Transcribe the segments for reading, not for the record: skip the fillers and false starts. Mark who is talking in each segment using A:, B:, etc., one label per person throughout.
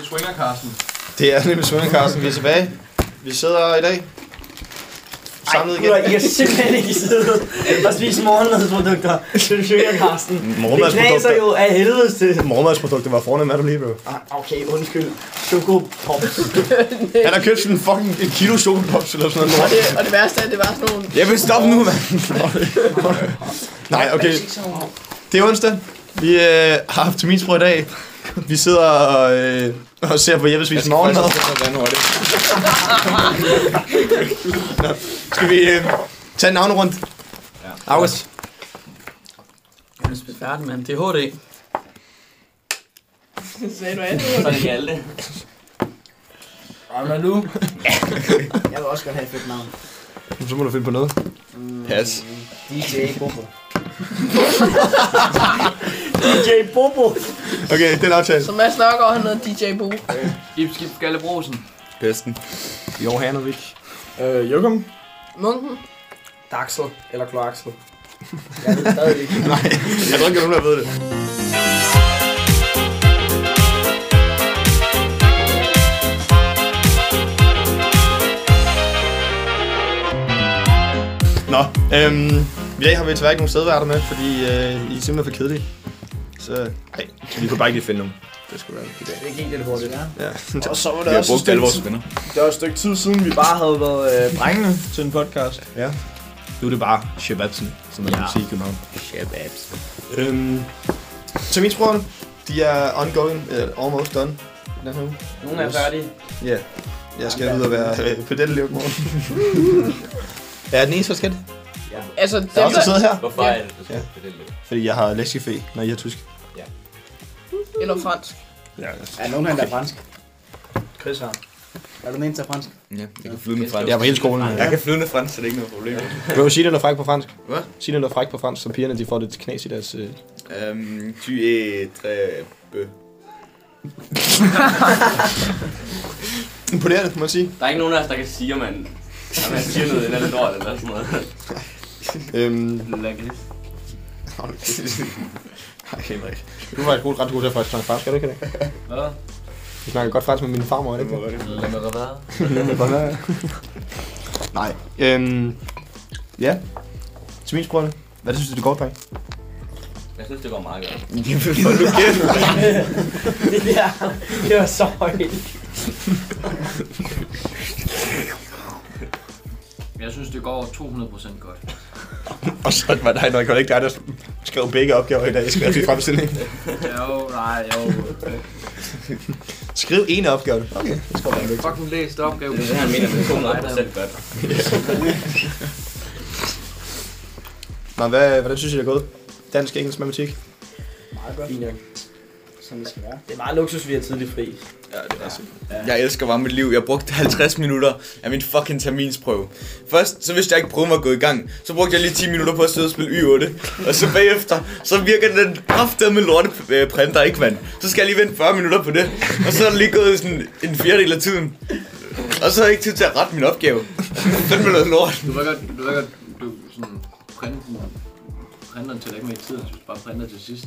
A: det Swinger Carsten.
B: Det er nemlig Swinger Carsten, vi er tilbage. Vi sidder i dag samlet igen.
C: I kan simpelthen ikke sidde og spise morgenmadsprodukter til Swinger Carsten. Det knaser jo af helvede til.
B: Morgenmadsprodukter var fornemt, er du lige, bro?
C: Okay, undskyld. Chokopops.
B: Han har købt sådan en kilo chokopops eller sådan noget.
D: Og det værste er, at det var sådan nogle...
B: Jeg vil stoppe nu, mand. Nej, okay. Det er onsdag. Vi har haft terminsprøve i dag. Vi sidder og ser på Jeppes spise morgenmad. Skal vi tage en navnerunde?
A: Ja.
B: August.
C: Jeg er spist færdig, mand. Det er HD.
D: Sagde du andet?
C: Så er det Hjalte.
A: Og nu?
C: Jeg vil også godt have et fedt navn.
B: Så må du finde på noget.
E: Pas.
C: DJ Bobo. DJ Bobo.
B: Okay, det er en aftale.
D: Så Mads Nørgaard, han hedder DJ Bo.
A: Skib Gallebrosen.
E: Pesten.
B: Jo, Hanovic.
C: Jokum.
D: Munken.
C: Daxel. Eller Kloaksel. Jeg ved stadig ikke.
B: Nej, jeg tror ikke, at nogen der ved det. Nå, i dag har vi desværre ikke nogen stedværter med, fordi I er simpelthen for kedelige. Så, nej, vi kunne bare ikke lige finde nogen. Det skulle være i dag.
C: Det gik lidt hurtigt, ja.
B: Ja.
C: Og så var
E: Vi
C: det
E: har
C: også
E: brugt alle vores venner.
C: det var et stykke tid siden, vi bare havde været drengene til en podcast.
B: Ja. Nu er det bare Shababsen, som man kan sige i København.
C: Shababs.
B: Terminsprøverne, de er ongoing, almost done. Den her uge.
C: Nogle er færdige.
B: Ja, jeg skal ud og være pedellelev i morgen. Er den eneste, der skal det?
D: Altså,
B: Der er også der sidder her.
E: Hvorfor er det?
B: Ja. Fordi jeg har lektiefæ, når I har tysk.
D: Eller fransk.
B: Ja,
C: Er nogen her, der er fransk? Chris har. Er du den eneste, der er fransk?
E: Ja, jeg kan flydende fransk.
B: jeg var hele skolen.
E: Jeg kan flydende fransk, så det er ikke noget problem.
B: Vil du sige noget fræk på fransk?
E: Hvad?
B: Sig noget fræk på fransk, så pigerne de får det knas i deres...
E: Tu es très bø.
B: Imponerende, må man sige.
F: Der er ikke nogen af os, der kan sige, at man siger noget eller andet lort eller sådan noget.
B: Nej, Henrik. Du var faktisk ret god til at snakke fransk, er du ikke det?
F: Hvad?
B: Du snakker godt fransk med min farmor, er det ikke?
F: Lad mig være.
B: Nej. Ja. Terminsprøverne. Hvad synes du, det går, dreng?
F: Jeg synes, det går meget godt.
C: Det var så højt.
A: Jeg synes, det går 200% godt.
B: Og så var der nok ikke dig, der skrev begge opgaver i dag. Skrev i fremstillingen.
A: Jo.
B: Skriv en opgave. Okay, det skal være
A: Fucking læst opgave.
F: Det er det, han mener med 200% godt.
B: Nå, hvordan synes I, det er gået? Dansk, engelsk, matematik?
C: Meget godt. Fint, som det skal være. Det er meget luksus, vi har tidlig fri.
E: Ja, det er Jeg elsker bare mit liv. Jeg brugte 50 minutter af min fucking terminsprøve. Først, så vidste jeg ikke prøve mig at gå i gang. Så brugte jeg lige 10 minutter på at sidde og spille Y8. Og så bagefter, så virker den kraftedeme lorteprinter ikke, mand. Så skal jeg lige vente 40 minutter på det. Og så er det lige gået sådan en fjerdedel af tiden. Og så har jeg ikke tid til at rette min opgave. Den med noget lort.
A: Du var godt sådan printeren til ikke med i tiden, så bare printer til sidst.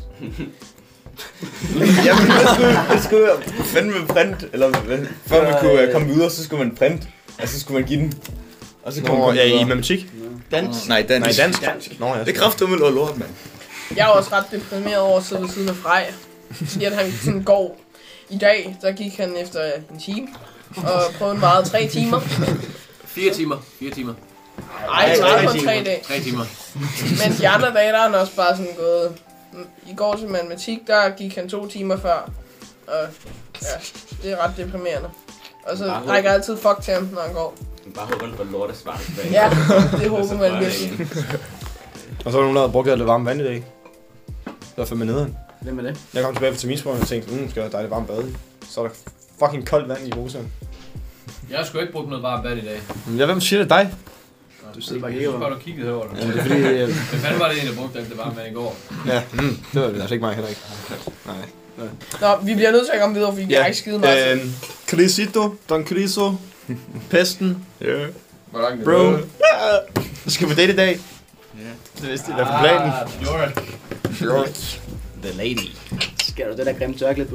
E: Jamen, hvad skulle jeg fandme print, eller før man kunne komme videre, så skulle man print, og så skulle man give den. Og så kom
B: ja, i matematik?
E: Dansk? Nej, dansk.
B: Nej, dansk. Nå, ja.
E: Det er kraftedeme noget lort, mand.
D: Jeg er også ret deprimeret over at sidde ved siden af Frej. Fordi at han sådan går. I dag, der gik han efter en time. Og prøvede meget 3 timer.
A: 4 timer.
D: Ej, 3 på 3 dage.
A: 3 timer.
D: Men de andre dage, der er han også bare sådan gået... I går til matematik, der gik han 2 timer før. Og ja, det er ret deprimerende. Og så rækker jeg altid fuck til ham, når han går.
F: Bare håber, han får lort at svare tilbage.
D: Ja, det håber man virkelig.
B: Og så var der nogen, der havde brugt alt det varme vand i dag. Det var fandme nederen.
C: Hvem er det?
B: Jeg kom tilbage fra terminsprøven og tænkte, skal jeg have dejligt varmt bad i. Så er der fucking koldt vand i bruseren.
A: Jeg har sgu ikke brugt noget varmt vand i dag.
B: Ja, hvem siger det dig?
C: Du sidder bare
A: Jeg
C: ikke
A: synes bare, du kiggede herover.
B: Ja, det er fordi...
A: Hvad fanden var det en, der brugte alt det varme vand i går?
B: Ja, det var altså ikke mig heller ikke. Nej.
D: Nå, vi bliver nødt til at komme videre, fordi vi har ikke skide meget.
B: Crisito, Don Criso, Pesten.
E: Ja.
A: Hvor langt
B: Bro. Du skal på date i dag. Ja. Det vidste jeg, på planen.
A: Bjørk.
B: Bjørk. The lady.
C: Skal du det der grimme tørklæde på?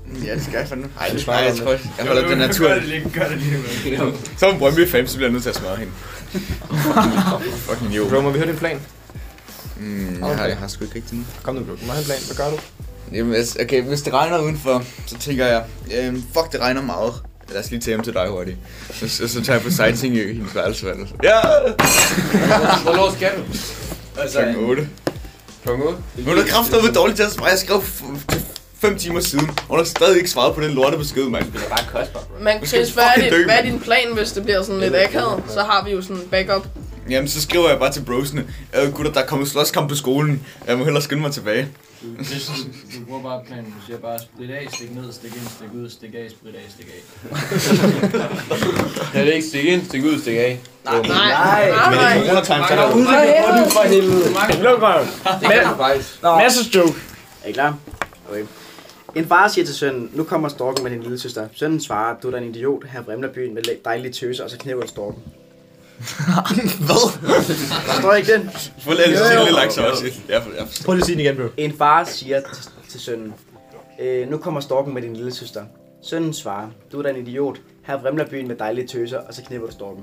E: Ja, det skal jeg fandme.
B: Ej, det
E: Nej, jeg tror ikke. Jeg holder det naturligt.
F: Gør det lige.
E: Så er en Brøndby-fan, så bliver jeg nødt til at smadre hende. Fucking jo.
B: Bro, må vi høre din plan?
E: Jeg har sgu ikke rigtig nu.
B: Kom nu, bro. Du må have en plan. Hvad gør du?
E: Jamen, okay, hvis det regner udenfor, så tænker jeg, fuck, det regner meget. Lad os lige tage hjem til dig hurtigt. Så tager jeg på sightseeing i hendes værelse. Ja!
A: Hvornår skal du?
E: Altså, klokken 8.
A: Klokken 8?
E: Nu er der kraftedeme dårligt til at svare. Jeg skrev 5 timer siden, og hun har stadig ikke svaret på den lortebesked, mand.
F: Det er bare kostbar.
D: Men Chris, hvad er din plan, hvis det bliver sådan lidt akavet? Så har vi jo sådan en backup.
E: Jamen, så skriver jeg bare til brosene. Gutter, der er kommet slåskamp på skolen. Jeg må hellere skynde mig tilbage.
A: Det er sådan, du bruger bare planen. Du siger bare split af, stik ned, stik ind, stik ud, stik af, split af, stik af.
F: Ja, det er ikke stik ind, stik ud, stik af.
D: Nej.
B: Men det er corona-time, så er der
C: Udlæg for helvede.
F: Luk røven.
C: Message joke. Er I klar? Okay. En far siger til sønnen, nu kommer storken med din lille søster. Sønnen svarer, du er da en idiot, her vrimler byen med dejlige tøser, og så knæver du storken.
B: Hvad?
C: Forstår I ikke den?
E: Fuld af det lagt så også.
B: Prøv lige at sige den igen, bro.
C: En far siger til sønnen, nu kommer storken med din lille søster. Sønnen svarer, du er da en idiot, her vrimler byen med dejlige tøser, og så knæver du storken.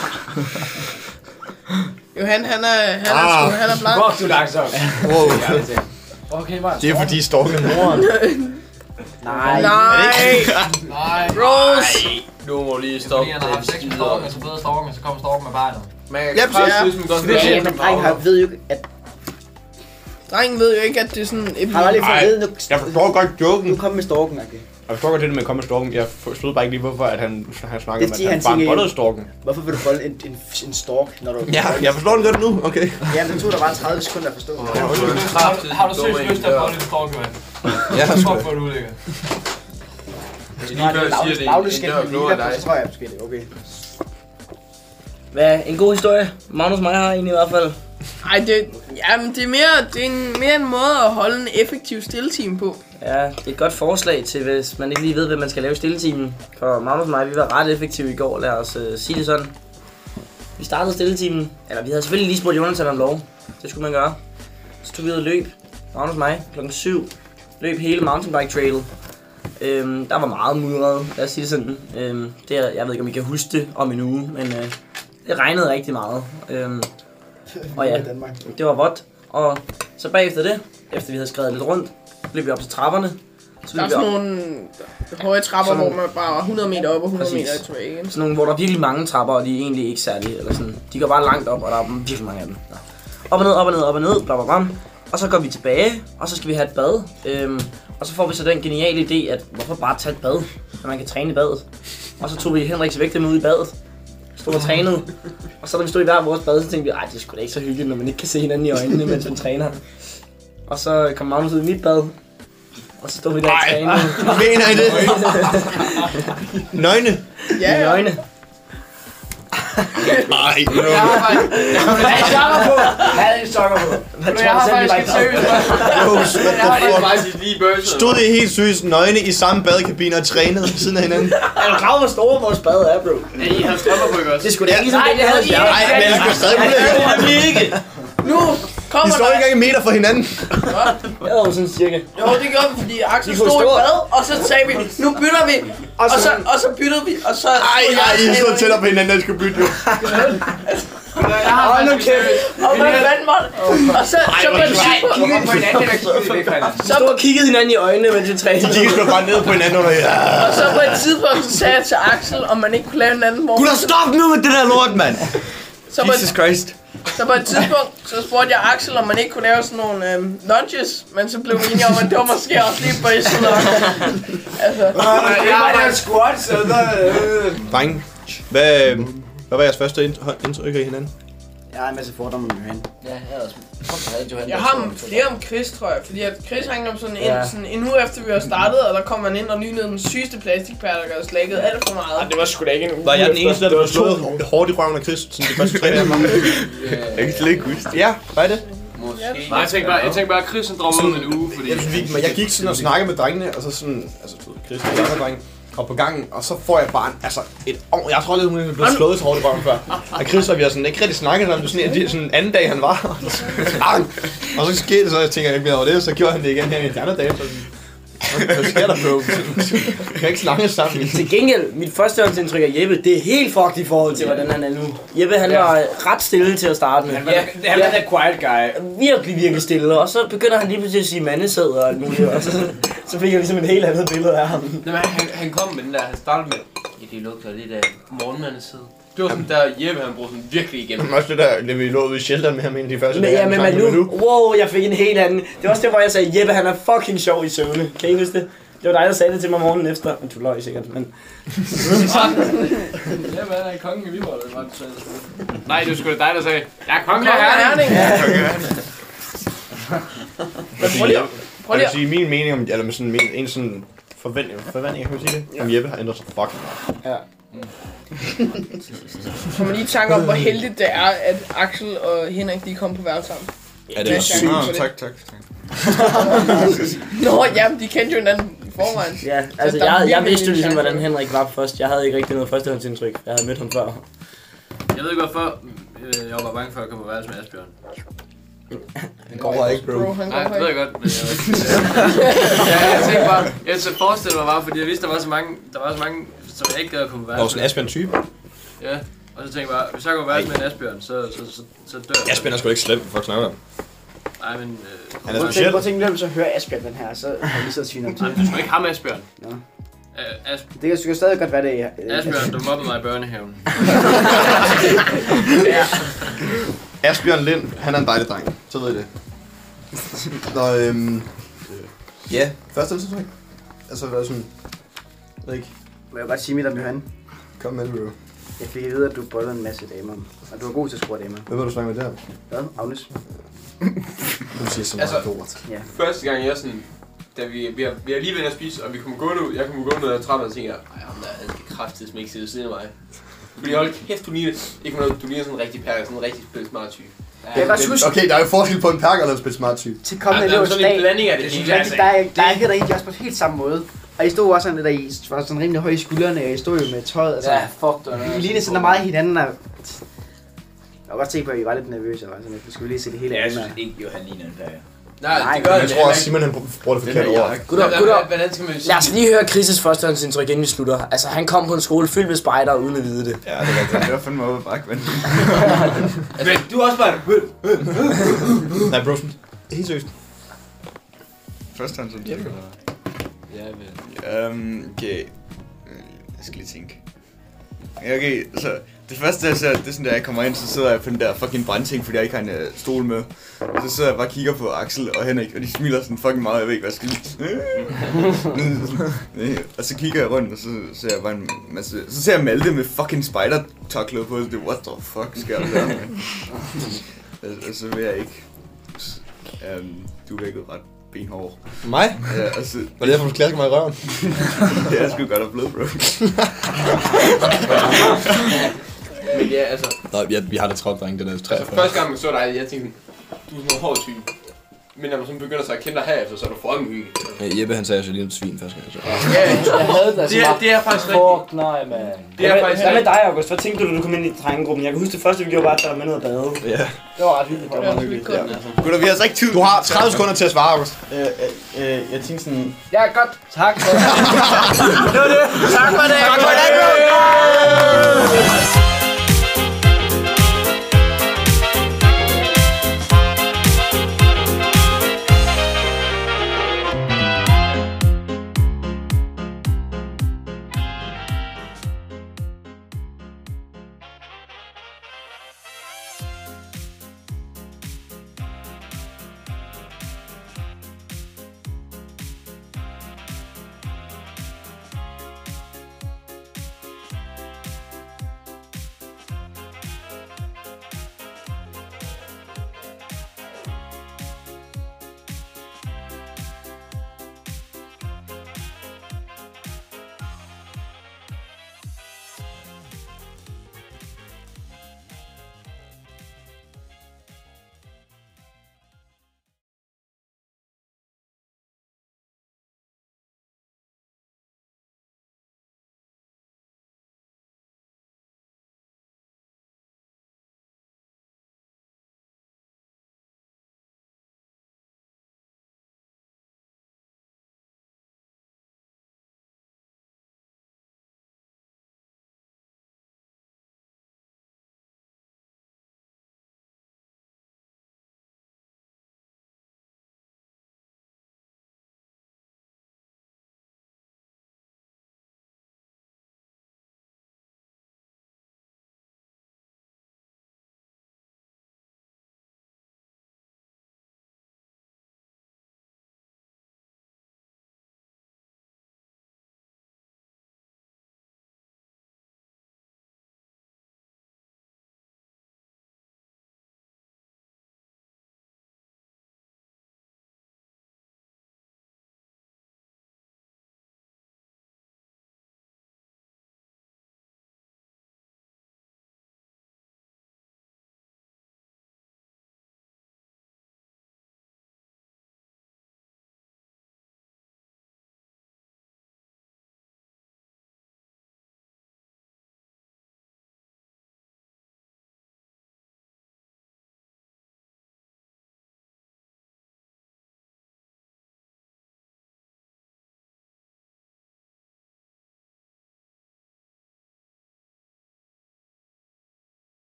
D: Johan, han er blank.
F: Fuck, du lagt så.
B: Wow.
A: Okay, bare.
B: Det er fordi storken er moren.
C: Nej.
A: Nej.
D: Rose.
F: Nu må lige stoppe.
A: Fordi han har haft sex med storken, og så føder storken, og så kommer storken med barnet.
F: Men
B: Ja,
F: jeg
B: præcis.
F: synes, man godt
C: Det er men drengen ved jo ikke, at
D: Drengen ved jo ikke, at det er sådan...
C: har aldrig fået at vide,
B: Jeg forstår godt joken.
C: nu kom med storken, okay.
B: Jeg forstår godt det med at komme med storken. Jeg forstod bare ikke lige, hvorfor at han snakker om,
C: fordi
B: at han
C: han
B: bare
C: tænker-
B: bollede storken.
C: Hvorfor vil du folde en stork, når du...
B: Ja, jeg forstår den godt nu. Okay.
C: Ja, den tog der bare 30 sekunder at forstå.
A: Har du seriøst lyst til at få lidt storken, mand?
B: Ja,
A: Fuck, hvor du ulækker.
C: Nu har det lavleskæld med lilla på, så tror jeg måske det er okay.
G: Hvad, en god historie? Magnus og mig har en i hvert fald.
D: Ej, det er mere en måde at holde en effektiv stilleteam på.
G: Ja, det er et godt forslag til, hvis man ikke lige ved, hvad man skal lave i stilletimen. For Magnus og mig, vi var ret effektive i går, lad os sige det sådan. Vi startede stilletimen, eller vi havde selvfølgelig lige spurgt Jonathan om lov. Det skulle man gøre. Så tog vi ud og løb, Magnus og mig, klokken 7. Løb hele mountainbike trailet. Der var meget mudret, lad os sige det sådan. Jeg ved ikke, om I kan huske det om en uge, men det regnede rigtig meget. Og ja, det var vådt. Og så bagefter det, efter vi havde skrevet lidt rundt, løb vi op til trapperne. Så
D: Der er
G: løb vi
D: sådan
G: op.
D: nogle høje trapper,
G: Sådan
D: hvor man bare er 100 meter op og 100
G: Præcis.
D: meter tilbage. Ikke?
G: Sådan nogle, hvor der er virkelig mange trapper, og de er egentlig ikke særlige, eller sådan. De går bare langt op, og der er virkelig mange af dem. Nå. Op og ned, op og ned, op og ned, bla bla bla. Og så går vi tilbage, og så skal vi have et bad. Og så får vi så den geniale idé, at hvorfor bare tage et bad, når man kan træne i badet. Og så tog vi Henriks vægte med ud i badet. Stod og trænede. Og så da vi stod i hver vores bad, så tænkte vi, ej, det er sgu da ikke så hyggeligt, når man ikke kan se hinanden i øjnene, mens man træner. Og så kom Magnus ud i mit bad. Og så stod vi der og trænede.
B: Mener I det? Nøgne?
D: Ja,
G: I øjne.
B: Nej,
C: Hvad er I sokker på? Hvad er I sokker på?
A: Jeg har faktisk et seriøst spørgsmål. Jeg har faktisk lige børset.
B: Stod I helt seriøst nøgne i samme badekabine og trænede siden af hinanden?
C: Er du klar over, hvor store vores bad er, bro?
A: I har strømper på, ikke også?
C: Det skulle da ikke ligesom
D: Nej,
C: det, jeg havde
D: det havde I
B: Nej, men jeg skal stadig mulighed.
G: ikke.
D: Nu
B: De
D: kommer
B: står ikke engang en meter fra hinanden.
G: Jeg havde sådan cirka.
D: Jo, det gjorde vi, fordi Axel
C: kunne
D: stod i
C: stå-
D: bad, og så sagde vi, nu bytter vi. Og så byttede vi, og så...
B: Ej, I stod tættere på hinanden, der skulle bytte jo.
A: Jeg har faktisk et seriøst.
D: Og hvad fanden var det? Og så på et tidspunkt...
F: På hinanden, der kiggede væk fra hinanden.
G: Så stod og kiggede hinanden i øjnene, mens vi
B: De
G: trænede.
B: kiggede bare ned på hinanden under.
D: Og så på et tidspunkt, så sagde jeg til Axel, om man ikke kunne lave en anden morgen.
E: Gutter, stop nu med det der lort, mand! Jesus Christ.
D: Så på et tidspunkt, så spurgte jeg Axel, om man ikke kunne lave sådan nogle lunges, men så blev vi enige om, at det var måske også lige på isen nok. Altså,
F: Jeg har en squat, så der...
B: Drenge, hvad var jeres første indtryk af hinanden?
C: Jeg har en masse fordomme med Johan.
G: Ja, jeg havde også. Johan.
D: jeg har flere om Chris, tror jeg, fordi at Chris hang om sådan ind,
G: Ja.
D: sådan en uge efter vi var startet, og der kom man ind og nynede den sygeste plastikpærle, der havde slækket alt for meget.
C: Det var sgu da ikke en uge.
B: Var jeg den eneste, der blev slået hårdt i røven af Chris, sådan de første 3 dage?
E: Jeg kan slet ikke huske det.
B: Ja, hvad er det?
A: Nej, jeg tænkte bare, at Chris han droppede ud en uge, fordi...
B: Jeg gik sådan og snakkede med drengene, og så sådan, altså Chris og de andre drenge, og på gangen, og så får jeg bare jeg tror lidt, hun er blevet slået så hårdt i røven før. Og Chris og vi har sådan ikke rigtig snakket om det, sådan en anden dag han var. Og så skete det så, jeg tænker ikke mere over det, så gjorde han det igen her i de andre dage. Hvad sker der, bro? Vi kan ikke snakke sammen.
G: Til gengæld, mit førstehåndsindtryk af Jeppe, det er helt fucked i forhold til, hvordan han er nu. Jeppe, han var ret stille til at starte med.
C: Han var den quiet guy.
G: Virkelig stille, og så begynder han lige pludselig at sige mandesæd og alt muligt, og så fik jeg ligesom et helt andet billede af ham.
A: Nej, han kom med den der, han startede med, ja, det lugter lidt af morgenmandesæd. Det var sådan der Jeppe, han brugte sådan virkelig igennem.
B: Men også det der, det vi lå ude i shelteren med ham inden de første
G: Men ja, men nu, wow, jeg fik en helt anden. Det var også det, hvor jeg sagde, Jeppe, han er fucking sjov i søvne. Kan I huske det? Det var dig, der sagde det til mig morgenen efter. Men du løg sikkert, men...
A: Jeppe, han er kongen i Viborg, det var det. Nej, det var sgu da dig, der sagde, jeg er kongen af Herning.
B: Men prøv lige at sige, min mening om, eller med sådan en sådan forventning, kan man sige det? Om Jeppe har ændret sig fucking meget.
C: Ja.
D: Får man lige i tanke om, hvor heldigt det er, at Axel og Henrik, de kom på værelse sammen.
B: Ja, det er sygt.
E: Tak.
D: Nå, jamen, de kendte jo hinanden i forvejen.
G: Ja, altså jeg vidste jo ligesom, hvordan Henrik var først. Jeg havde ikke rigtig noget førstehåndsindtryk. Jeg havde mødt ham før.
A: Jeg ved ikke hvorfor, jeg var bare bange for at komme på værelse med Asbjørn.
B: Det går ikke, bro.
A: Nej, det ved jeg godt, men jeg tænkte bare, jeg forestillede mig bare, fordi jeg vidste, der var så mange, som jeg ikke gad at komme på værelse med.
B: Der var sådan en Asbjørn-type.
A: Ja, og så tænkte jeg bare, hvis jeg kommer på værelse med en Asbjørn, så dør jeg.
B: Asbjørn er sgu ikke slem, for at snakke om.
A: Nej, men...
B: Han er speciel.
C: Prøv at tænke, når du så hører Asbjørn den her, så har vi så sviner til.
A: Nej, du skal ikke ham Asbjørn.
C: Nå.
A: Det
C: kan stadig godt være det.
A: Asbjørn, du mobbede mig i børnehaven.
C: Ja.
B: Asbjørn Lind, han er en dejlig dreng. Så ved I det. Nå, ja, første indtryk. Altså, hvad er sådan... Jeg ved ikke.
C: Må jeg godt sige mit om Johan?
B: Kom med, bro.
C: Jeg fik at vide, at du bollede en masse damer. Og du var god til at score damer.
B: Hvad var du snakke med der?
C: Hvad? Agnes?
B: Du siger så meget dårligt.
C: Ja.
A: Første gang jeg sådan... Da vi er lige ved at spise, og vi kommer gående ud. Jeg kommer gående ud af trappen og tænker, ej, ham der er kraftigt som ikke sidder siden af mig. Fordi hold kæft, du ligner sådan en rigtig perker, sådan en rigtig smart type.
C: Jeg kan godt huske...
B: Okay, der er jo forskel på en perker og en smart type.
C: Til kommende elevers
A: sådan en
C: dag,
A: blanding af det hele.
C: der er ikke også på helt samme måde. Og I stod også sådan lidt, der I var sådan rimelig høje i skuldrene, og I stod jo med tøjet. Altså,
A: Ja, fuck dig.
C: I lignede sådan meget hinanden. Jeg kan godt se på, at I var lidt nervøse, og sådan, vi skulle lige se det hele andet.
F: Jeg synes ikke, Johan ligner en perker.
A: Nej, det gør
B: jeg tror også, Simon han bruger det forkert ord.
A: Hvordan skal man sige?
G: Lad os lige høre Chris' førstehåndsindtryk, inden vi slutter. Altså, han kom på en skole fyldt med spejdere, uden at vide det.
E: Ja, det er rigtigt. Det var fandme over bakke, men...
A: Men du er også bare...
B: Nej, bro, helt seriøst.
E: Første han sådan.
A: Ja,
E: Okay. Jeg skal lige tænke. Ja, okay, så det første jeg ser, det er sådan, da jeg kommer ind, så sidder jeg på den der fucking brandting, fordi jeg ikke har en stol med. Og så sidder jeg bare og kigger på Axel og Henrik, og de smiler sådan fucking meget, jeg ved ikke, hvad jeg skal. Og så kigger jeg rundt, og så ser jeg bare en masse... Så ser jeg Malte med fucking spider-tørklæde på, det what the fuck sker der der, man? Og så vil jeg ikke... Du virkede ret benhård.
B: Mig?
E: Ja, altså...
B: Var det derfor, du klasker mig i røven?
E: Det er sgu godt at bløde, bro.
A: Men ja, altså...
B: Nå, vi har det travlt, drenge, det der 43.
A: Altså, første gang, man så dig, jeg tænkte, du er sådan en hård type. Men når man sådan begynder sig at kende dig herefter, så er du fucking hygge.
B: Ja, Jeppe han sagde, at jeg lige en svin første gang.
A: Ja,
C: Jeg havde det altså
A: det er faktisk rigtigt.
C: Fuck nej, man.
A: Det er faktisk
G: Hvad med dig, August? Hvad tænkte du, da du kom ind i drengegruppen? Jeg kan huske det første, vi gjorde, bare at tage dig med ned og bade.
B: Ja.
C: Det var ret hyggeligt.
D: Det var hyggeligt.
E: Gutter, vi har altså ikke tid.
B: Du har 30 sekunder til at svare, August.
C: Jeg tænkte sådan...
D: Ja, godt.
C: Tak for det.
D: Tak for det.